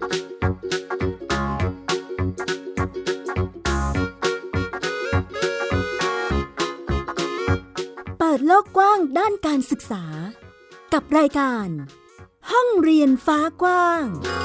เปิดโลกกว้างด้านการศึกษากับรายการห้องเรียนฟ้ากว้าง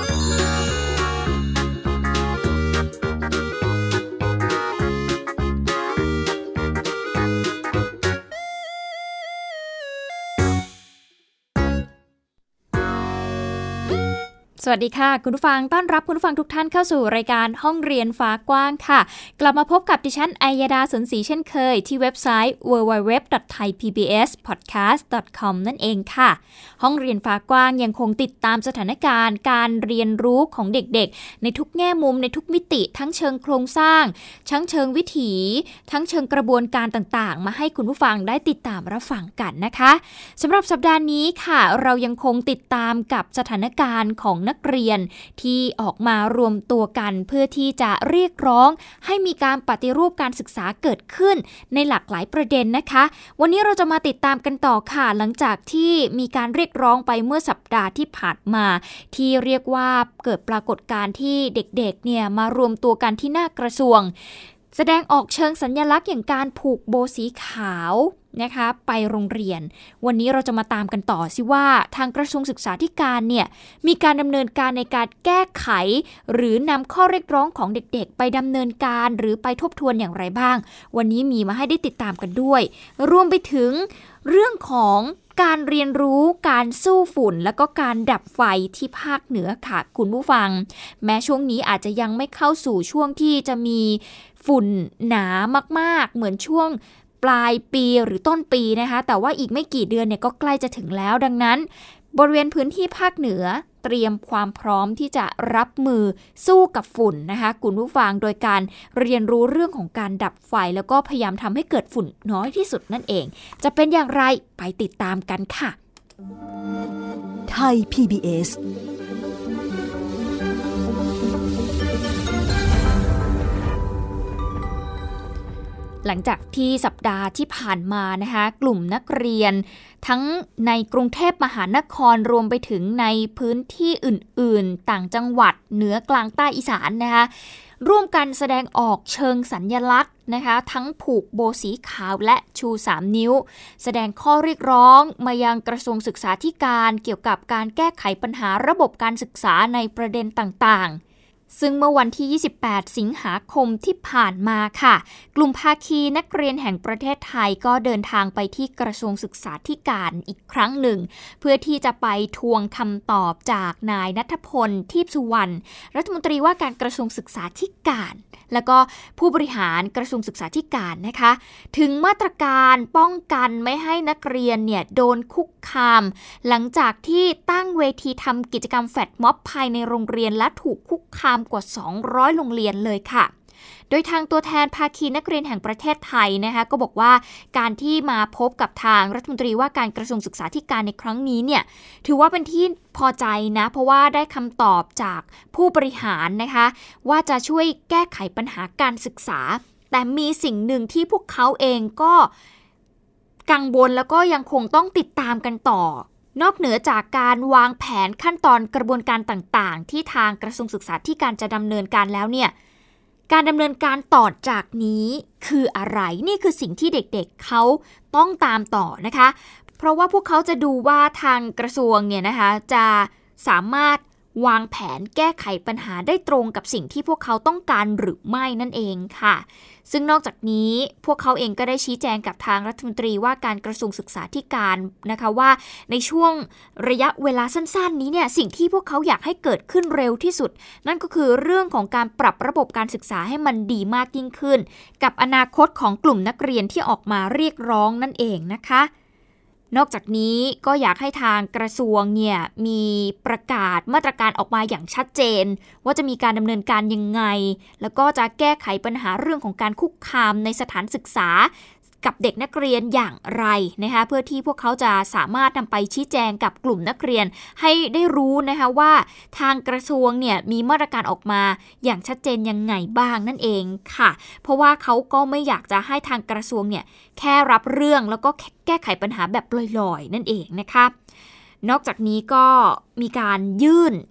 สวัสดีค่ะคุณผู้ฟังต้อนรับคุณผู้ฟังทุกท่านเข้าสู่รายการห้องเรียนฟ้ากว้างค่ะกลับมาพบกับดิฉันอัยดาสนศรีเช่นเคยที่เว็บไซต์ www.thaipbspodcast.com นั่นเองค่ะห้องเรียนฟ้ากว้างยังคงติดตามสถานการณ์การเรียนรู้ของเด็กๆในทุกแง่มุมในทุกมิติทั้งเชิงโครงสร้างทั้งเชิงวิถีทั้งเชิงกระบวนการต่างๆมาให้คุณผู้ฟังได้ติดตามรับฟังกันนะคะสำหรับสัปดาห์นี้ค่ะเรายังคงติดตามกับสถานการณ์ของนักเรียนที่ออกมารวมตัวกันเพื่อที่จะเรียกร้องให้มีการปฏิรูปการศึกษาเกิดขึ้นในหลากหลายประเด็นนะคะวันนี้เราจะมาติดตามกันต่อค่ะหลังจากที่มีการเรียกร้องไปเมื่อสัปดาห์ที่ผ่านมาที่เรียกว่าเกิดปรากฏการณ์ที่เด็กๆเนี่ยมารวมตัวกันที่หน้ากระทรวงแสดงออกเชิงสัญลักษณ์อย่างการผูกโบสีขาวนะคะไปโรงเรียนวันนี้เราจะมาตามกันต่อสิว่าทางกระทรวงศึกษาธิการเนี่ยมีการดำเนินการในการแก้ไขหรือนำข้อเรียกร้องของเด็กๆไปดำเนินการหรือไปทบทวนอย่างไรบ้างวันนี้มีมาให้ได้ติดตามกันด้วยรวมไปถึงเรื่องของการเรียนรู้การสู้ฝุ่นแล้วก็การดับไฟที่ภาคเหนือค่ะคุณผู้ฟังแม้ช่วงนี้อาจจะยังไม่เข้าสู่ช่วงที่จะมีฝุ่นหนามากๆเหมือนช่วงปลายปีหรือต้นปีนะคะแต่ว่าอีกไม่กี่เดือนเนี่ยก็ใกล้จะถึงแล้วดังนั้นบริเวณพื้นที่ภาคเหนือเตรียมความพร้อมที่จะรับมือสู้กับฝุ่นนะคะคุณผู้ฟังโดยการเรียนรู้เรื่องของการดับไฟแล้วก็พยายามทำให้เกิดฝุ่นน้อยที่สุดนั่นเองจะเป็นอย่างไรไปติดตามกันค่ะไทย PBS หลังจากที่สัปดาห์ที่ผ่านมานะคะกลุ่มนักเรียนทั้งในกรุงเทพมหานครรวมไปถึงในพื้นที่อื่นๆต่างจังหวัดเหนือกลางใต้อีสานนะคะร่วมกันแสดงออกเชิงสัญลักษณ์นะคะทั้งผูกโบสีขาวและชู3นิ้วแสดงข้อเรียกร้องมายังกระทรวงศึกษาธิการเกี่ยวกับการแก้ไขปัญหาระบบการศึกษาในประเด็นต่างๆซึ่งเมื่อวันที่28สิงหาคมที่ผ่านมาค่ะกลุ่มภาคีนักเรียนแห่งประเทศไทยก็เดินทางไปที่กระทรวงศึกษาธิการอีกครั้งหนึ่งเพื่อที่จะไปทวงคำตอบจากนายณัฐพลทีพสุวรรณรัฐมนตรีว่าการกระทรวงศึกษาธิการแล้วก็ผู้บริหารกระทรวงศึกษาธิการนะคะถึงมาตรการป้องกันไม่ให้นักเรียนเนี่ยโดนคุกคามหลังจากที่ตั้งเวทีทำกิจกรรมแฟลชม็อบภายในโรงเรียนและถูกคุกคามกว่า200โรงเรียนเลยค่ะโดยทางตัวแทนภาคีนักเรียนแห่งประเทศไทยนะคะก็บอกว่าการที่มาพบกับทางรัฐมนตรีว่าการกระทรวงศึกษาธิการในครั้งนี้เนี่ยถือว่าเป็นที่พอใจนะเพราะว่าได้คำตอบจากผู้บริหารนะคะว่าจะช่วยแก้ไขปัญหาการศึกษาแต่มีสิ่งหนึ่งที่พวกเขาเองก็กังวลแล้วก็ยังคงต้องติดตามกันต่อนอกเหนือจากการวางแผนขั้นตอนกระบวนการต่างๆที่ทางกระทรวงศึกษาธิการจะดำเนินการแล้วเนี่ยการดำเนินการต่อจากนี้คืออะไรนี่คือสิ่งที่เด็กๆเขาต้องตามต่อนะคะเพราะว่าพวกเขาจะดูว่าทางกระทรวงเนี่ยนะคะจะสามารถวางแผนแก้ไขปัญหาได้ตรงกับสิ่งที่พวกเขาต้องการหรือไม่นั่นเองค่ะซึ่งนอกจากนี้พวกเขาเองก็ได้ชี้แจงกับทางรัฐมนตรีว่าการกระทรวงศึกษาธิการนะคะว่าในช่วงระยะเวลาสั้นๆนี้เนี่ยสิ่งที่พวกเขาอยากให้เกิดขึ้นเร็วที่สุดนั่นก็คือเรื่องของการปรับระบบการศึกษาให้มันดีมากยิ่งขึ้นกับอนาคตของกลุ่มนักเรียนที่ออกมาเรียกร้องนั่นเองนะคะนอกจากนี้ก็อยากให้ทางกระทรวงเนี่ยมีประกาศมาตรการออกมาอย่างชัดเจนว่าจะมีการดำเนินการยังไงแล้วก็จะแก้ไขปัญหาเรื่องของการคุกคามในสถานศึกษากับเด็กนักเรียนอย่างไรนะคะเพื่อที่พวกเขาจะสามารถนำไปชี้แจงกับกลุ่มนักเรียนให้ได้รู้นะคะว่าทางกระทรวงเนี่ยมีมาตรการออกมาอย่างชัดเจนยังไงบ้างนั่นเองค่ะเพราะว่าเขาก็ไม่อยากจะให้ทางกระทรวงเนี่ยแค่รับเรื่องแล้วก็แก้ไขปัญหาแบบลอยๆนั่นเองนะคะนอกจากนี้ก็มีการยื่น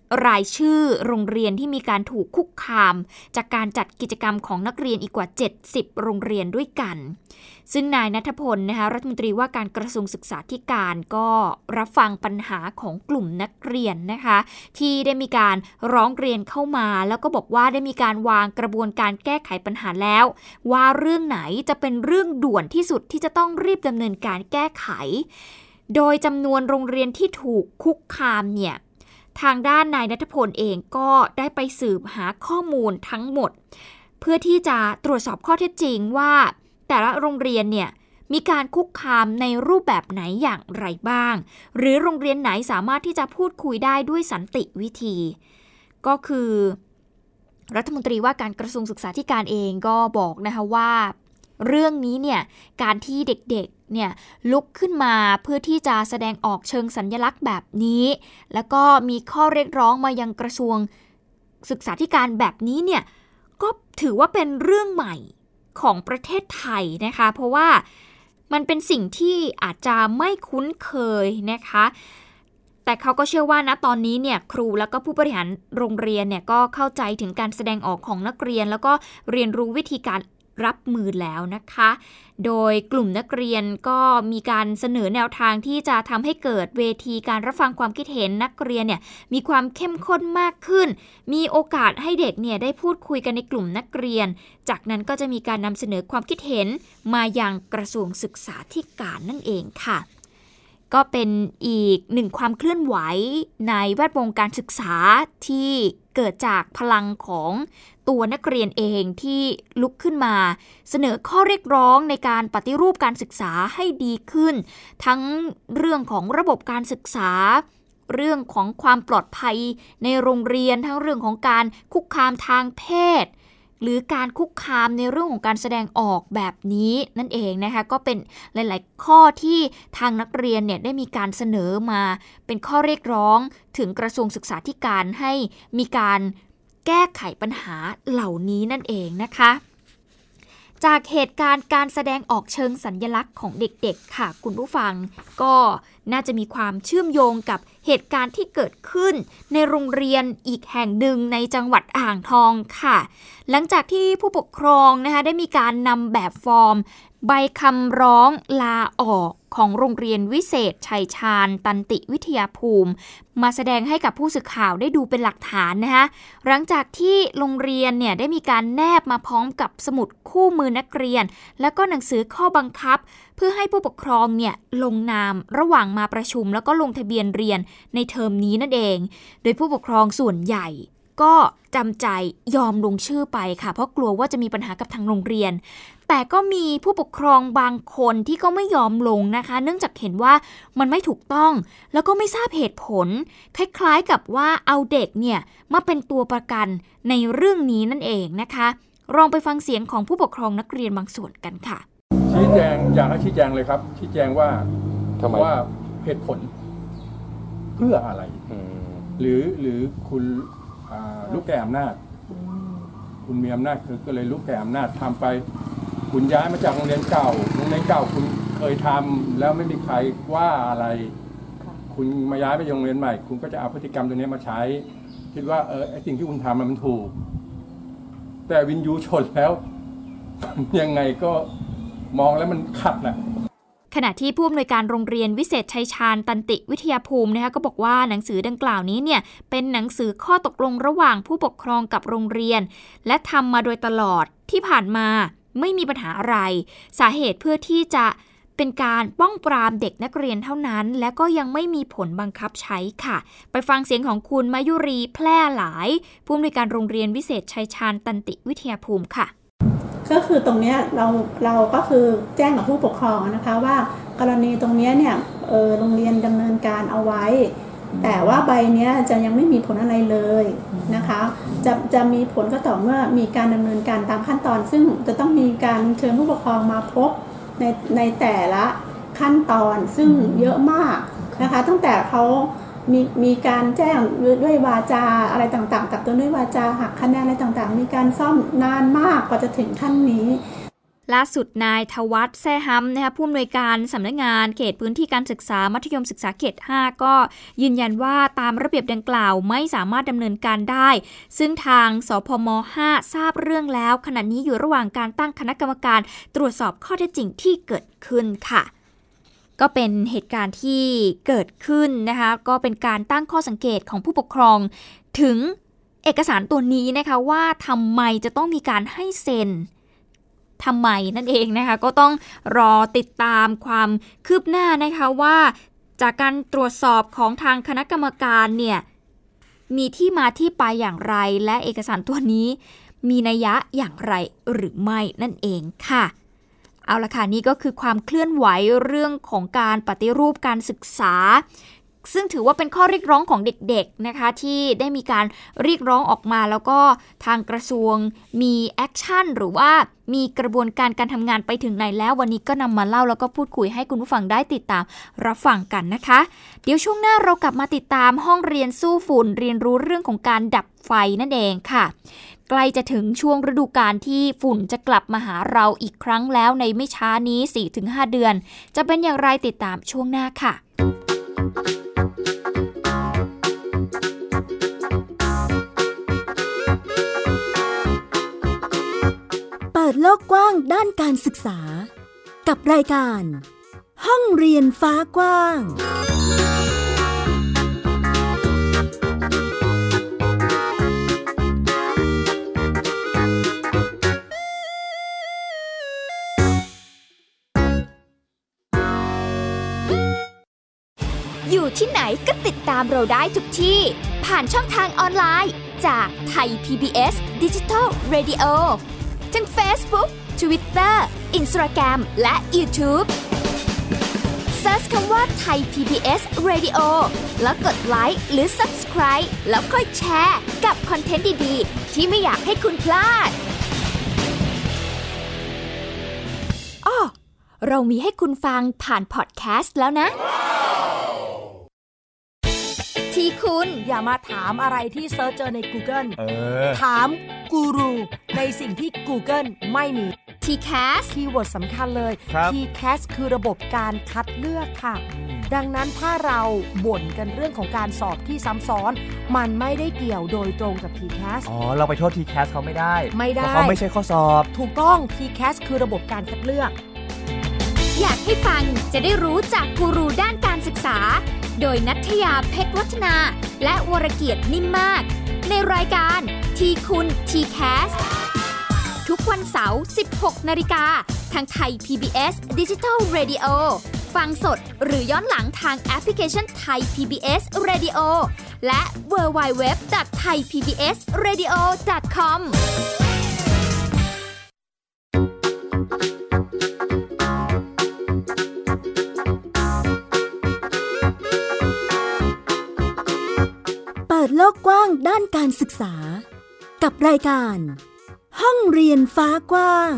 รายชื่อโรงเรียนที่มีการถูกคุกคามจากการจัดกิจกรรมของนักเรียนอีกกว่า70โรงเรียนด้วยกันซึ่งนายณัฐพลนะคะรัฐมนตรีว่าการกระทรวงศึกษาธิการก็รับฟังปัญหาของกลุ่มนักเรียนนะคะที่ได้มีการร้องเรียนเข้ามาแล้วก็บอกว่าได้มีการวางกระบวนการแก้ไขปัญหาแล้วว่าเรื่องไหนจะเป็นเรื่องด่วนที่สุดที่จะต้องรีบดำเนินการแก้ไขโดยจำนวนโรงเรียนที่ถูกคุกคามเนี่ยทางด้านนายณัฐพลเองก็ได้ไปสืบหาข้อมูลทั้งหมดเพื่อที่จะตรวจสอบข้อเท็จจริงว่าแต่ละโรงเรียนเนี่ยมีการคุกคามในรูปแบบไหนอย่างไรบ้างหรือโรงเรียนไหนสามารถที่จะพูดคุยได้ด้วยสันติวิธีก็คือรัฐมนตรีว่าการกระทรวงศึกษาธิการเองก็บอกนะคะว่าเรื่องนี้เนี่ยการที่เด็กๆเนี่ยลุกขึ้นมาเพื่อที่จะแสดงออกเชิงสัญลักษณ์แบบนี้แล้วก็มีข้อเรียกร้องมายังกระทรวงศึกษาธิการแบบนี้เนี่ยก็ถือว่าเป็นเรื่องใหม่ของประเทศไทยนะคะเพราะว่ามันเป็นสิ่งที่อาจจะไม่คุ้นเคยนะคะแต่เขาก็เชื่อว่าณตอนนี้เนี่ยครูแล้วก็ผู้บริหารโรงเรียนเนี่ยก็เข้าใจถึงการแสดงออกของนักเรียนแล้วก็เรียนรู้วิธีการรับมือแล้วนะคะโดยกลุ่มนักเรียนก็มีการเสนอแนวทางที่จะทำให้เกิดเวทีการรับฟังความคิดเห็นนักเรียนเนี่ยมีความเข้มข้นมากขึ้นมีโอกาสให้เด็กเนี่ยได้พูดคุยกันในกลุ่มนักเรียนจากนั้นก็จะมีการนำเสนอความคิดเห็นมายังกระทรวงศึกษาธิการนั่นเองค่ะก็เป็นอีกหนึ่งความเคลื่อนไหวในแวดวงการศึกษาที่เกิดจากพลังของตัวนักเรียนเองที่ลุกขึ้นมาเสนอข้อเรียกร้องในการปฏิรูปการศึกษาให้ดีขึ้นทั้งเรื่องของระบบการศึกษาเรื่องของความปลอดภัยในโรงเรียนทั้งเรื่องของการคุกคามทางเพศหรือการคุกคามในเรื่องของการแสดงออกแบบนี้นั่นเองนะคะก็เป็นหลายๆข้อที่ทางนักเรียนเนี่ยได้มีการเสนอมาเป็นข้อเรียกร้องถึงกระทรวงศึกษาธิการให้มีการแก้ไขปัญหาเหล่านี้นั่นเองนะคะจากเหตุการณ์การแสดงออกเชิงสัญลักษณ์ของเด็กๆค่ะคุณผู้ฟังก็น่าจะมีความเชื่อมโยงกับเหตุการณ์ที่เกิดขึ้นในโรงเรียนอีกแห่งหนึ่งในจังหวัดอ่างทองค่ะหลังจากที่ผู้ปกครองนะคะได้มีการนำแบบฟอร์มใบคำร้องลาออกของโรงเรียนวิเศษชัยชาญตันติวิทยาภูมิมาแสดงให้กับผู้สื่อข่าวได้ดูเป็นหลักฐานนะคะหลังจากที่โรงเรียนเนี่ยได้มีการแนบมาพร้อมกับสมุดคู่มือนักเรียนแล้วก็หนังสือข้อบังคับเพื่อให้ผู้ปกครองเนี่ยลงนามระหว่างมาประชุมแล้วก็ลงทะเบียนเรียนในเทอมนี้นั่นเองโดยผู้ปกครองส่วนใหญ่ก็จำใจยอมลงชื่อไปค่ะเพราะกลัวว่าจะมีปัญหากับทางโรงเรียนแต่ก็มีผู้ปกครองบางคนที่ก็ไม่ยอมลงนะคะเนื่องจากเห็นว่ามันไม่ถูกต้องแล้วก็ไม่ทราบเหตุผลคล้ายๆกับว่าเอาเด็กเนี่ยมาเป็นตัวประกันในเรื่องนี้นั่นเองนะคะลองไปฟังเสียงของผู้ปกครองนักเรียนบางส่วนกันค่ะชี้แจงอยากให้ชี้แจงเลยครับชี้แจงว่าเหตุผลเพื่ออะไรหรือคุณลูกแก่อำนาจคุณมีอำนาจก็เลยลูกแก่อำนาจทำไปคุณย้ายมาจากโรงเรียนเก่าคุณเคยทำแล้วไม่มีใครว่าอะไรคุณมาย้ายไปโรงเรียนใหม่คุณก็จะเอาพฤติกรรมตัวนี้มาใช้คิดว่าไอ้สิ่งที่คุณทำมันถูกแต่วินยูชนแล้วยังไงก็มองแล้วมันขัดนะขณะที่ผู้อำนวยการโรงเรียนวิเศษชัยชาญตันติวิทยาภูมินะคะก็บอกว่าหนังสือดังกล่าวนี้เนี่ยเป็นหนังสือข้อตกลงระหว่างผู้ปกครองกับโรงเรียนและทำมาโดยตลอดที่ผ่านมาไม่มีปัญหาอะไรสาเหตุเพื่อที่จะเป็นการป้องปรามเด็กนักเรียนเท่านั้นและก็ยังไม่มีผลบังคับใช้ค่ะไปฟังเสียงของคุณมายุรีแพร่หลายผู้อำนวยการโรงเรียนวิเศษชัยชาญตันติวิทยาภูมิค่ะก็คือตรงนี้เราก็คือแจ้งกับผู้ปกครองนะคะว่ากรณีตรงนี้เนี่ยโรงเรียนดำเนินการเอาไว้แต่ว่าใบนี้จะยังไม่มีผลอะไรเลยนะคะจะมีผลก็ต่อเมื่อมีการดำเนินการตามขั้นตอนซึ่งจะต้องมีการเชิญผู้ปกครองมาพบในแต่ละขั้นตอนซึ่งเยอะมากนะคะตั้งแต่เขามีการแจ้งด้วยวาจาอะไรต่างๆกับตัวด้วยวาจาหักคะแนนอะไรต่างๆมีการซ่อมนานมากกว่าจะถึงขั้นนี้ล่าสุดนายทวัฒน์แซ่ฮัมนะคะผู้อำนวยการสำนักงานเขตพื้นที่การศึกษามัธยมศึกษาเขต 5 ก็ยืนยันว่าตามระเบียบดังกล่าวไม่สามารถดำเนินการได้ซึ่งทางสพม 5 ทราบเรื่องแล้วขณะนี้อยู่ระหว่างการตั้งคณะกรรมการตรวจสอบข้อเท็จจริงที่เกิดขึ้นค่ะก็เป็นเหตุการณ์ที่เกิดขึ้นนะคะก็เป็นการตั้งข้อสังเกตของผู้ปกครองถึงเอกสารตัวนี้นะคะว่าทำไมจะต้องมีการให้เซ็นทำไมนั่นเองนะคะก็ต้องรอติดตามความคืบหน้านะคะว่าจากการตรวจสอบของทางคณะกรรมการเนี่ยมีที่มาที่ไปอย่างไรและเอกสารตัวนี้มีนัยยะอย่างไรหรือไม่นั่นเองค่ะเอาละค่ะนี่ก็คือความเคลื่อนไหวเรื่องของการปฏิรูปการศึกษาซึ่งถือว่าเป็นข้อเรียกร้องของเด็กๆนะคะที่ได้มีการเรียกร้องออกมาแล้วก็ทางกระทรวงมีแอคชั่นหรือว่ามีกระบวนการการทำงานไปถึงไหนแล้ววันนี้ก็นำมาเล่าแล้วก็พูดคุยให้คุณผู้ฟังได้ติดตามรับฟังกันนะคะเดี๋ยวช่วงหน้าเรากลับมาติดตามห้องเรียนสู้ฝุ่นเรียนรู้เรื่องของการดับไฟนั่นเองค่ะใกล้จะถึงช่วงฤดูกาลที่ฝุ่นจะกลับมาหาเราอีกครั้งแล้วในไม่ช้านี้ 4-5 เดือนจะเป็นอย่างไรติดตามช่วงหน้าค่ะเปิดโลกกว้างด้านการศึกษากับรายการห้องเรียนฟ้ากว้างอยู่ที่ไหนก็ติดตามเราได้ทุกที่ผ่านช่องทางออนไลน์จากไทย PBS Digital Radio ทั้ง Facebook, Twitter, Instagram และ YouTubeเสิร์ชคำว่าไทย PBS Radio แล้วกดไลค์หรือ Subscribe แล้วค่อยแชร์กับคอนเทนต์ดีๆที่ไม่อยากให้คุณพลาดอ้อเรามีให้คุณฟังผ่านพอดแคสต์แล้วนะที่คุณอย่ามาถามอะไรที่เซิร์ชเจอใน Google ถามกูรูในสิ่งที่ Google ไม่มี TCAS คีย์เวิร์ดสำคัญเลย TCAS คือระบบการคัดเลือกค่ะดังนั้นถ้าเราบ่นกันเรื่องของการสอบที่ซ้ำซ้อนมันไม่ได้เกี่ยวโดยตรงกับ TCAS เราไปโทษ TCAS เขาไม่ได้เพราะเขาไม่ใช่ข้อสอบถูกต้อง TCAS คือระบบการคัดเลือกอยากให้ฟังจะได้รู้จากกูรูด้านการศึกษาโดยณัฐยาเพชรวัฒนาและวรเกียรตินิ่มมากในรายการทีคุณ TCAS ทุกวันเสาร์ 16 นาฬิกาทางไทย PBS Digital Radio ฟังสดหรือย้อนหลังทางแอปพลิเคชันไทย PBS Radio และ www.thaipbsradio.com เปิดโลกกว้างด้านการศึกษากับรายการห้องเรียนฟ้ากว้าง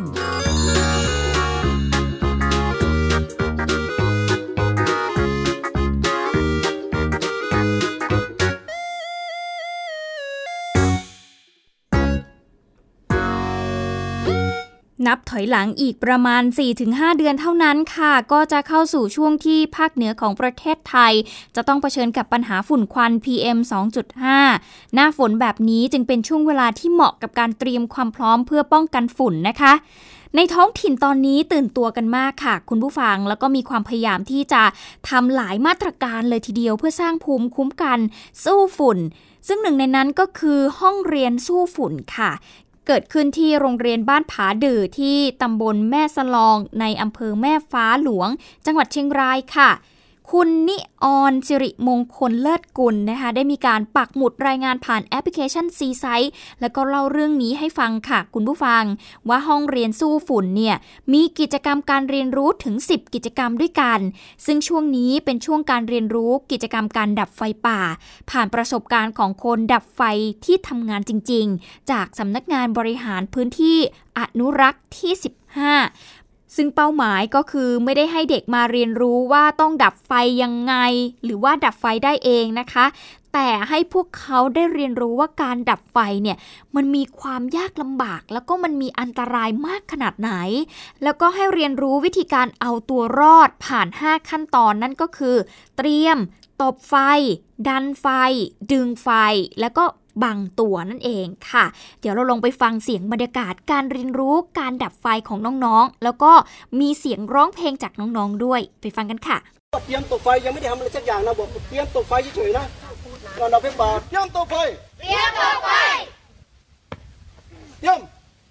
นับถอยหลังอีกประมาณ 4-5 เดือนเท่านั้นค่ะก็จะเข้าสู่ช่วงที่ภาคเหนือของประเทศไทยจะต้องเผชิญกับปัญหาฝุ่นควัน PM 2.5 หน้าฝนแบบนี้จึงเป็นช่วงเวลาที่เหมาะกับการเตรียมความพร้อมเพื่อป้องกันฝุ่นนะคะในท้องถิ่นตอนนี้ตื่นตัวกันมากค่ะคุณผู้ฟังแล้วก็มีความพยายามที่จะทำหลายมาตรการเลยทีเดียวเพื่อสร้างภูมิคุ้มกันสู้ฝุ่นซึ่งหนึ่งในนั้นก็คือห้องเรียนสู้ฝุ่นค่ะเกิดขึ้นที่โรงเรียนบ้านผาดือที่ตำบลแม่สลองในอำเภอแม่ฟ้าหลวงจังหวัดเชียงรายค่ะคุณนิออนสิริมงคลเลิศกุลนะคะได้มีการปักหมุดรายงานผ่านแอปพลิเคชัน C-Site แล้วก็เล่าเรื่องนี้ให้ฟังค่ะคุณผู้ฟังว่าห้องเรียนสู้ฝุ่นเนี่ยมีกิจกรรมการเรียนรู้ถึง10กิจกรรมด้วยกันซึ่งช่วงนี้เป็นช่วงการเรียนรู้กิจกรรมการดับไฟป่าผ่านประสบการณ์ของคนดับไฟที่ทำงานจริงๆจากสำนักงานบริหารพื้นที่อนุรักษ์ที่15ซึ่งเป้าหมายก็คือไม่ได้ให้เด็กมาเรียนรู้ว่าต้องดับไฟยังไงหรือว่าดับไฟได้เองนะคะแต่ให้พวกเขาได้เรียนรู้ว่าการดับไฟเนี่ยมันมีความยากลำบากแล้วก็มันมีอันตรายมากขนาดไหนแล้วก็ให้เรียนรู้วิธีการเอาตัวรอดผ่าน5ขั้นตอนนั่นก็คือเตรียมตบไฟดันไฟดึงไฟแล้วก็บังตัวนั่นเองค่ะเดี๋ยวเราลองไปฟังเสียงบรรยากาศการเรียนรู้การดับไฟของน้องๆแล้วก็มีเสียงร้องเพลงจากน้องๆด้วยไปฟังกันค่ะเตรียมตบไฟยังไม่ได้ทำอะไรสักอย่างนะบอกเตรียมตบไฟเฉยๆนะเราดับไฟป่าเตรียมตบไฟเตรียมตบไฟเตรียม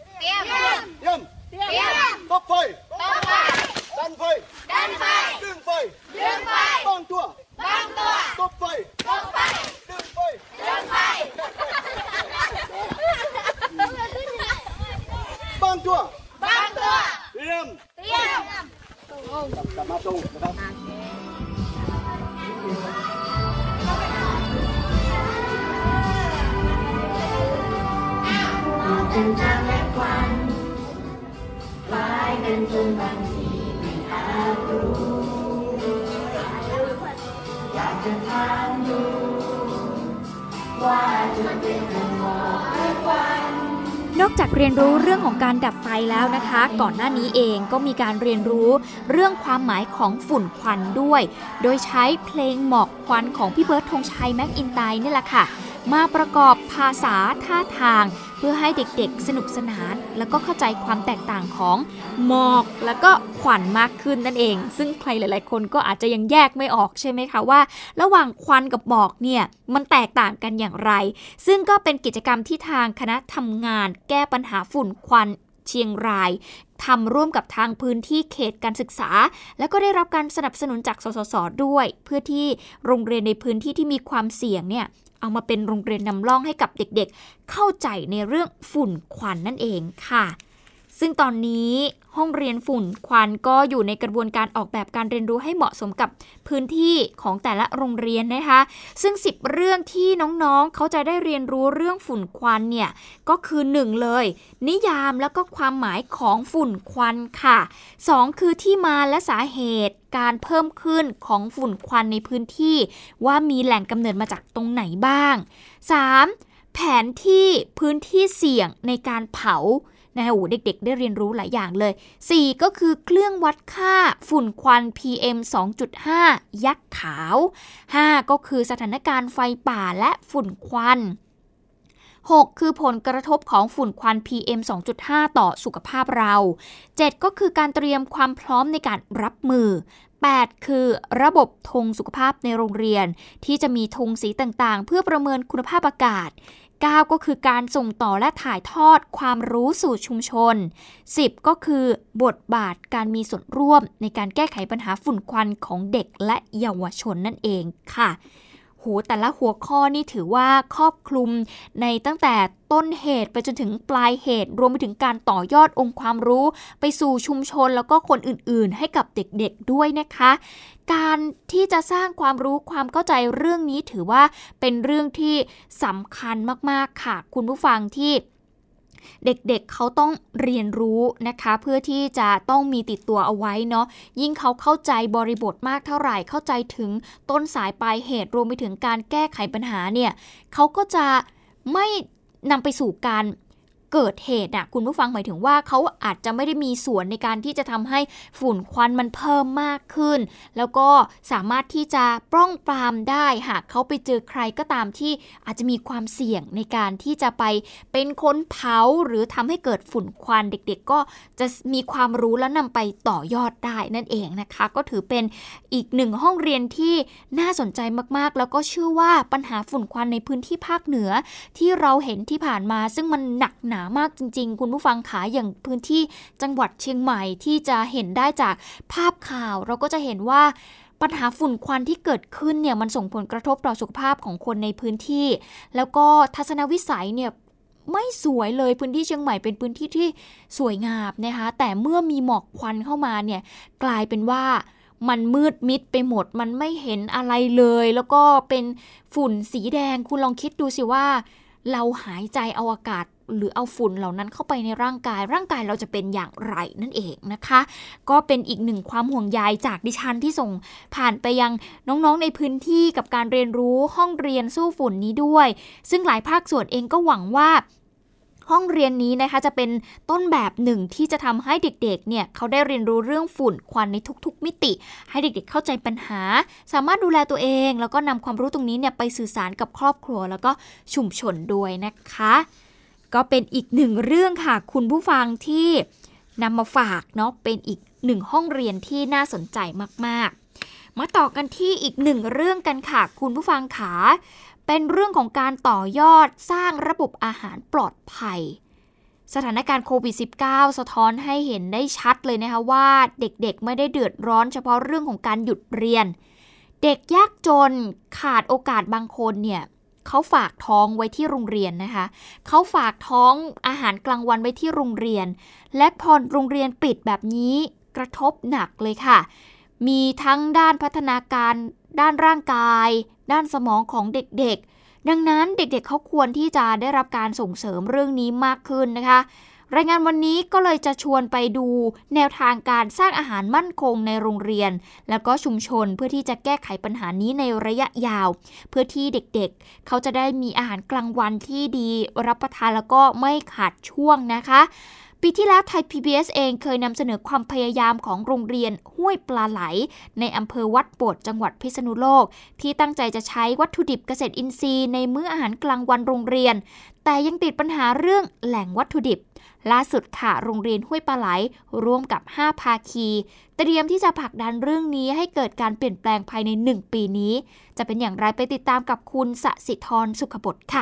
ตบไฟดันไฟดึงไฟบังตัวตบไฟดึงไฟบังตัวเตรียมกลับมาตรงนะครับเป็นทางและควันคล้ายกันจนบางทีไม่อาจรู้อยากจะถามดูว่าจะเป็นหมอกหรือควันนอกจากเรียนรู้เรื่องของการดับไฟแล้วนะคะก่อนหน้านี้เองก็มีการเรียนรู้เรื่องความหมายของฝุ่นควันด้วยโดยใช้เพลงหมอกควันของพี่เบิร์ดธงชัยแม็กอินไตร์นี่แหละค่ะมาประกอบภาษาท่าทางเพื่อให้เด็กๆสนุกสนานแล้วก็เข้าใจความแตกต่างของหมอกแล้วก็ควันมากขึ้นนั่นเองซึ่งใครหลายๆคนก็อาจจะยังแยกไม่ออกใช่ไหมคะว่าระหว่างควันกับหมอกเนี่ยมันแตกต่างกันอย่างไรซึ่งก็เป็นกิจกรรมที่ทางคณะทำงานแก้ปัญหาฝุ่นควันเชียงรายทำร่วมกับทางพื้นที่เขตการศึกษาแล้วก็ได้รับการสนับสนุนจากสสส.ด้วยเพื่อที่โรงเรียนในพื้นที่ที่มีความเสี่ยงเนี่ยเอามาเป็นโรงเรียนนำร่องให้กับเด็กๆเข้าใจในเรื่องฝุ่นควันนั่นเองค่ะซึ่งตอนนี้ห้องเรียนฝุ่นควันก็อยู่ในกระบวนการออกแบบการเรียนรู้ให้เหมาะสมกับพื้นที่ของแต่ละโรงเรียนนะคะซึ่ง10เรื่องที่น้องๆเขาจะได้เรียนรู้เรื่องฝุ่นควันเนี่ยก็คือ1เลยนิยามแล้วก็ความหมายของฝุ่นควันค่ะ2คือที่มาและสาเหตุการเพิ่มขึ้นของฝุ่นควันในพื้นที่ว่ามีแหล่งกำเนิดมาจากตรงไหนบ้าง3แผนที่พื้นที่เสี่ยงในการเผานะคะเด็กๆได้เรียนรู้หลายอย่างเลย4ก็คือเครื่องวัดค่าฝุ่นควัน PM 2.5 ยักษ์ขาว5ก็คือสถานการณ์ไฟป่าและฝุ่นควัน6คือผลกระทบของฝุ่นควัน PM 2.5 ต่อสุขภาพเรา7ก็คือการเตรียมความพร้อมในการรับมือ8คือระบบธงสุขภาพในโรงเรียนที่จะมีธงสีต่างๆเพื่อประเมินคุณภาพอากาศ9ก็คือการส่งต่อและถ่ายทอดความรู้สู่ชุมชน10ก็คือบทบาทการมีส่วนร่วมในการแก้ไขปัญหาฝุ่นควันของเด็กและเยาวชนนั่นเองค่ะแต่ละหัวข้อนี่ถือว่าครอบคลุมในตั้งแต่ต้นเหตุไปจนถึงปลายเหตุรวมไปถึงการต่อยอดองค์ความรู้ไปสู่ชุมชนแล้วก็คนอื่นๆให้กับเด็กๆด้วยนะคะการที่จะสร้างความรู้ความเข้าใจเรื่องนี้ถือว่าเป็นเรื่องที่สำคัญมากๆค่ะคุณผู้ฟังที่เด็กๆเขาต้องเรียนรู้นะคะเพื่อที่จะต้องมีติดตัวเอาไว้เนาะยิ่งเขาเข้าใจบริบทมากเท่าไหร่เข้าใจถึงต้นสายปลายเหตุรวมไปถึงการแก้ไขปัญหาเนี่ยเขาก็จะไม่นำไปสู่การเกิดเหตุคุณผู้ฟังหมายถึงว่าเขาอาจจะไม่ได้มีส่วนในการที่จะทำให้ฝุ่นควันมันเพิ่มมากขึ้นแล้วก็สามารถที่จะป้องปรามได้หากเขาไปเจอใครก็ตามที่อาจจะมีความเสี่ยงในการที่จะไปเป็นคนเผาหรือทำให้เกิดฝุ่นควันเด็กๆก็จะมีความรู้และนำไปต่อยอดได้นั่นเองนะคะก็ถือเป็นอีกหนึ่งห้องเรียนที่น่าสนใจมากๆแล้วก็เชื่อว่าปัญหาฝุ่นควันในพื้นที่ภาคเหนือที่เราเห็นที่ผ่านมาซึ่งมันหนักหนามากจริงๆคุณผู้ฟังขาอย่างพื้นที่จังหวัดเชียงใหม่ที่จะเห็นได้จากภาพข่าวเราก็จะเห็นว่าปัญหาฝุ่นควันที่เกิดขึ้นเนี่ยมันส่งผลกระทบต่อสุขภาพของคนในพื้นที่แล้วก็ทัศนวิสัยเนี่ยไม่สวยเลยพื้นที่เชียงใหม่เป็นพื้นที่ที่สวยงามนะคะแต่เมื่อมีหมอกควันเข้ามาเนี่ยกลายเป็นว่ามันมืดมิดไปหมดมันไม่เห็นอะไรเลยแล้วก็เป็นฝุ่นสีแดงคุณลองคิดดูสิว่าเราหายใจเอาอากาศหรือเอาฝุ่นเหล่านั้นเข้าไปในร่างกายเราจะเป็นอย่างไรนั่นเองนะคะก็เป็นอีกหนึ่งความห่วงใยจากดิฉันที่ส่งผ่านไปยังน้องๆในพื้นที่กับการเรียนรู้ห้องเรียนสู้ฝุ่นนี้ด้วยซึ่งหลายภาคส่วนเองก็หวังว่าห้องเรียนนี้นะคะจะเป็นต้นแบบหนึ่งที่จะทำให้เด็กๆเนี่ยเขาได้เรียนรู้เรื่องฝุ่นควันในทุกๆมิติให้เด็กๆเข้าใจปัญหาสามารถดูแลตัวเองแล้วก็นำความรู้ตรงนี้เนี่ยไปสื่อสารกับครอบครัวแล้วก็ชุมชนด้วยนะคะก็เป็นอีกหนึ่งเรื่องค่ะคุณผู้ฟังที่นำมาฝากเนาะเป็นอีกหนึ่งห้องเรียนที่น่าสนใจมากๆมาต่อกันที่อีกหนึ่งเรื่องกันค่ะคุณผู้ฟังขาเป็นเรื่องของการต่อยอดสร้างระบบอาหารปลอดภัยสถานการณ์โควิด -19 สะท้อนให้เห็นได้ชัดเลยนะคะว่าเด็กๆไม่ได้เดือดร้อนเฉพาะเรื่องของการหยุดเรียนเด็กยากจนขาดโอกาสบางคนเนี่ยเขาฝากท้องไว้ที่โรงเรียนนะคะเขาฝากท้องอาหารกลางวันไว้ที่โรงเรียนและพอโรงเรียนปิดแบบนี้กระทบหนักเลยค่ะมีทั้งด้านพัฒนาการด้านร่างกายด้านสมองของเด็กๆดังนั้นเด็กๆเขาควรที่จะได้รับการส่งเสริมเรื่องนี้มากขึ้นนะคะรายงานวันนี้ก็เลยจะชวนไปดูแนวทางการสร้างอาหารมั่นคงในโรงเรียนแล้วก็ชุมชนเพื่อที่จะแก้ไขปัญหานี้ในระยะยาวเพื่อที่เด็กๆเขาจะได้มีอาหารกลางวันที่ดีรับประทานแล้วก็ไม่ขาดช่วงนะคะปีที่แล้วไทย PBS เองเคยนำเสนอความพยายามของโรงเรียนห้วยปลาไหลในอำเภอวัดโบดจังหวัดพิษณุโลกที่ตั้งใจจะใช้วัตถุดิบเกษตรอินทรีย์ในมื้ออาหารกลางวันโรงเรียนแต่ยังติดปัญหาเรื่องแหล่งวัตถุดิบล่าสุดค่ะโรงเรียนห้วยปลาไหลร่วมกับ5ภาคีเตรียมที่จะผลักดันเรื่องนี้ให้เกิดการเปลี่ยนแปลงภายใน1ปีนี้จะเป็นอย่างไรไปติดตามกับคุณสศิธรสุขบดค่ะ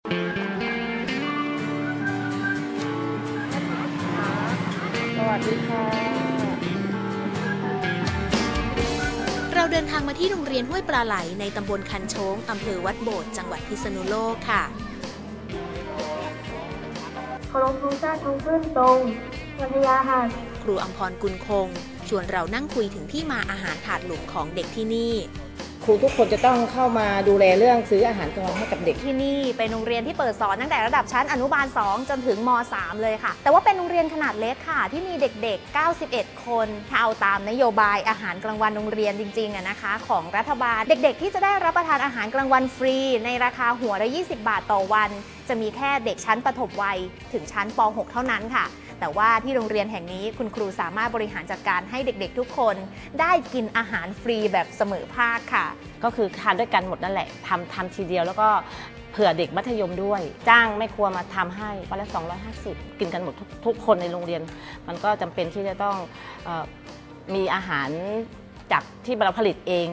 สวัสดีค่ะเราเดินทางมาที่โรงเรียนห้วยปลาไหลในตำบลคันโช้งอำเภอวัดโบดจังหวัดพิษณุโลกค่ะเคารพธงชาติทงขึ้นตรงวิทยาหัสครูอำพรกุลคงชวนเรานั่งคุยถึงที่มาอาหารถาดหลุมของเด็กที่นี่ครูทุกคนจะต้องเข้ามาดูแลเรื่องซื้ออาหารกลางวันให้กับเด็กที่นี่เป็นโรงเรียนที่เปิดสอนตั้งแต่ระดับชั้นอนุบาล2จนถึงม.3 เลยค่ะแต่ว่าเป็นโรงเรียนขนาดเล็กค่ะที่มีเด็กๆ91คนถ้าเอาตามนโยบายอาหารกลางวันโรงเรียนจริงๆนะคะของรัฐบาลเด็กๆที่จะได้รับประทานอาหารกลางวันฟรีในราคาหัวละ20 บาทต่อวันจะมีแค่เด็กชั้นประถมวัยถึงชั้นป.6 เท่านั้นค่ะแต่ว่าที่โรงเรียนแห่งนี้คุณครูสามารถบริหารจัดการให้เด็กๆทุกคนได้กินอาหารฟรีแบบเสมอภาคค่ะก็คือทานด้วยกันหมดนั่นแหละทำทีเดียวแล้วก็เผื่อเด็กมัธยมด้วยจ้างแม่ครัวมาทำให้วันละ250กินกันหมดทุกคนในโรงเรียนมันก็จำเป็นที่จะต้องมีอาหารจากที่เราผลิตเอง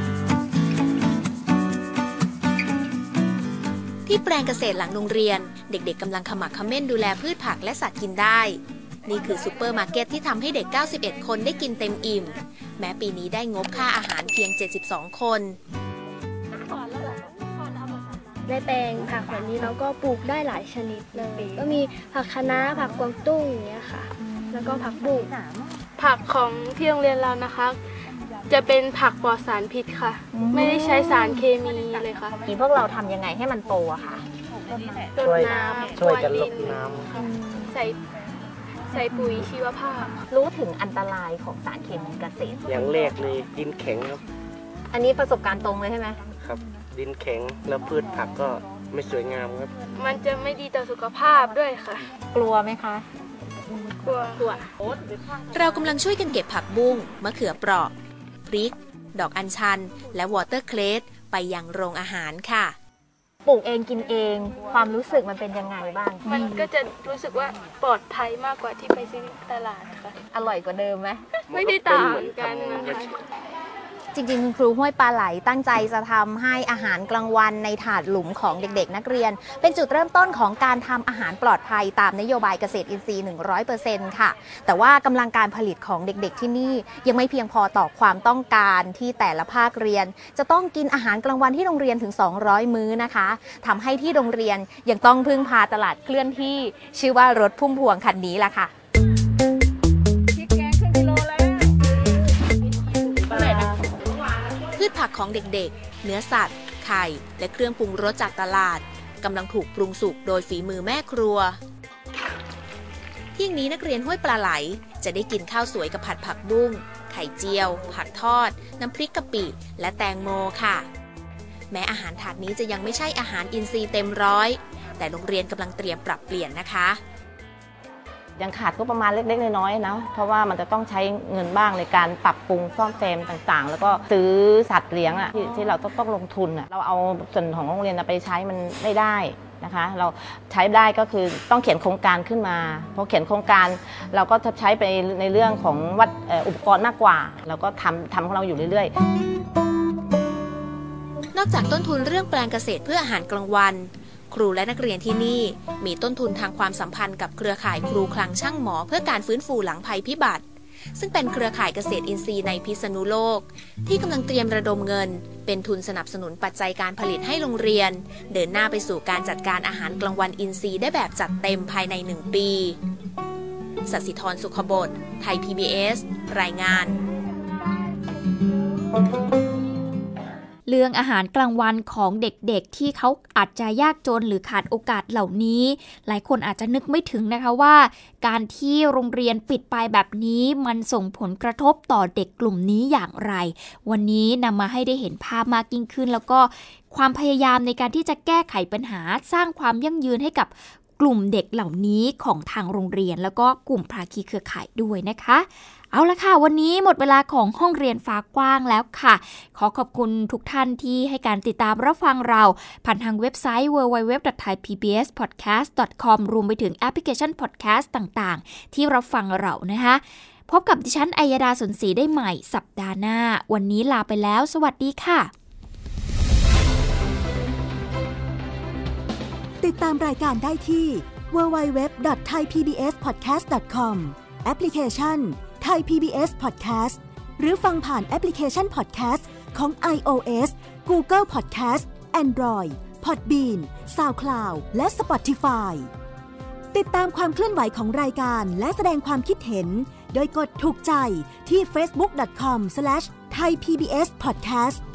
ที่แปลงเกษตรหลังโรงเรียนเด็กๆกำลังขมักเขม้นดูแลพืชผักและสัตว์กินได้นี่คือซุปเปอร์มาร์เก็ตที่ทำให้เด็ก91คนได้กินเต็มอิ่มแม้ปีนี้ได้งบค่าอาหารเพียง72คนในแปลงผักแบบนี้เราก็ปลูกได้หลายชนิดเลยก็มีผักคะน้าผักกวางตุ้งอย่างเงี้ยค่ะแล้วก็ผักบุ้งผักของที่โรงเรียนเรานะคะจะเป็นผักปลอดสารพิษค่ะไม่ได้ใช้สารเคมีเลยค่ะพวกเราทำยังไงให้มันโตอะค่ะรดน้ำช่วยกันรดน้ำใส่ปุ๋ยชีวภาพรู้ถึงอันตรายของสารเคมีเกษตรอย่างแรกเลยดินแข็งครับอันนี้ประสบการณ์ตรงเลยใช่ไหมครับดินแข็งแล้วพืชผักก็ไม่สวยงามครับมันจะไม่ดีต่อสุขภาพด้วยค่ะกลัวไหมคะกลัวเรากำลังช่วยกันเก็บผักบุ้งมะเขือเปราะพริกดอกอัญชันและวอเตอร์เครสไปยังโรงอาหารค่ะปลูกเองกินเองความรู้สึกมันเป็นยังไงบ้างมันก็จะรู้สึกว่าปลอดภัยมากกว่าที่ไปซื้อตลาดค่ะอร่อยกว่าเดิมไหมไม่ได้ต่างกันนะคะจริงๆคุณครูห้วยปลาไหลตั้งใจจะทำให้อาหารกลางวันในถาดหลุมของเด็กๆนักเรียนเป็นจุดเริ่มต้นของการทำอาหารปลอดภัยตามนโยบายเกษตรอินทรีย์ 100% ค่ะแต่ว่ากำลังการผลิตของเด็กๆที่นี่ยังไม่เพียงพอต่อความต้องการที่แต่ละภาคเรียนจะต้องกินอาหารกลางวันที่โรงเรียนถึง200มื้อนะคะทำให้ที่โรงเรียนยังต้องพึ่งพาตลาดเคลื่อนที่ชื่อว่ารถพุ่มพวงคันนี้ล่ะค่ะพืชผักของเด็กๆเนื้อสัตว์ไข่และเครื่องปรุงรสจากตลาดกำลังถูกปรุงสุกโดยฝีมือแม่ครัวเที่ยงนี้นักเรียนห้วยปลาไหลจะได้กินข้าวสวยกับผัดผักบุ้งไข่เจียวผักทอดน้ำพริกกะปิและแตงโมค่ะแม้อาหารถาดนี้จะยังไม่ใช่อาหารอินทรีย์เต็มร้อยแต่โรงเรียนกำลังเตรียมปรับเปลี่ยนนะคะยังขาดก็ประมาณเล็กๆน้อยๆนะเพราะว่ามันจะต้องใช้เงินบ้างในการปรับปรุงซ่อมแซมต่างๆแล้วก็ซื้อสัตว์เลี้ยงที่เราต้องลงทุนเราเอาส่วนของโรงเรียนไปใช้มันไม่ได้นะคะเราใช้ได้ก็คือต้องเขียนโครงการขึ้นมาพอเขียนโครงการเราก็จะใช้ไปในเรื่องของอุปกรณ์มากกว่าเราก็ทำของเราอยู่เรื่อยๆนอกจากต้นทุนเรื่องแปลงเกษตรเพื่ออาหารกลางวันครูและนักเรียนที่นี่มีต้นทุนทางความสัมพันธ์กับเครือข่ายครูคลังช่างหมอเพื่อการฟื้นฟูหลังภัยพิบัติซึ่งเป็นเครือข่ายเกษตรอินทรีย์ในพิษณุโลกที่กำลังเตรียมระดมเงินเป็นทุนสนับสนุนปัจจัยการผลิตให้โรงเรียนเดินหน้าไปสู่การจัดการอาหารกลางวันอินทรีย์ได้แบบจัดเต็มภายใน1 ปีศศิธร สุขบดไทย PBS รายงานเรื่องอาหารกลางวันของเด็กๆที่เขาอาจจะยากจนหรือขาดโอกาสเหล่านี้หลายคนอาจจะนึกไม่ถึงนะคะว่าการที่โรงเรียนปิดไปแบบนี้มันส่งผลกระทบต่อเด็กกลุ่มนี้อย่างไรวันนี้นำมาให้ได้เห็นภาพมากยิ่งขึ้นแล้วก็ความพยายามในการที่จะแก้ไขปัญหาสร้างความยั่งยืนให้กับกลุ่มเด็กเหล่านี้ของทางโรงเรียนแล้วก็กลุ่มภาคีเครือข่ายด้วยนะคะเอาละค่ะวันนี้หมดเวลาของห้องเรียนฟ้ากว้างแล้วค่ะขอขอบคุณทุกท่านที่ให้การติดตามรับฟังเราผ่านทางเว็บไซต์ www.thaipbspodcast.com รวมไปถึงแอปพลิเคชันพอดแคสต์ต่างๆที่รับฟังเรานะคะพบกับดิฉันอัยดาสนศรีได้ใหม่สัปดาห์หน้าวันนี้ลาไปแล้วสวัสดีค่ะติดตามรายการได้ที่ www.thaipbspodcast.com แอปพลิเคชัน Thai PBS Podcast หรือฟังผ่านแอปพลิเคชัน Podcast ของ iOS Google Podcast Android Podbean SoundCloud และ Spotify ติดตามความเคลื่อนไหวของรายการและแสดงความคิดเห็นโดยกดถูกใจที่ facebook.com/thaipbspodcast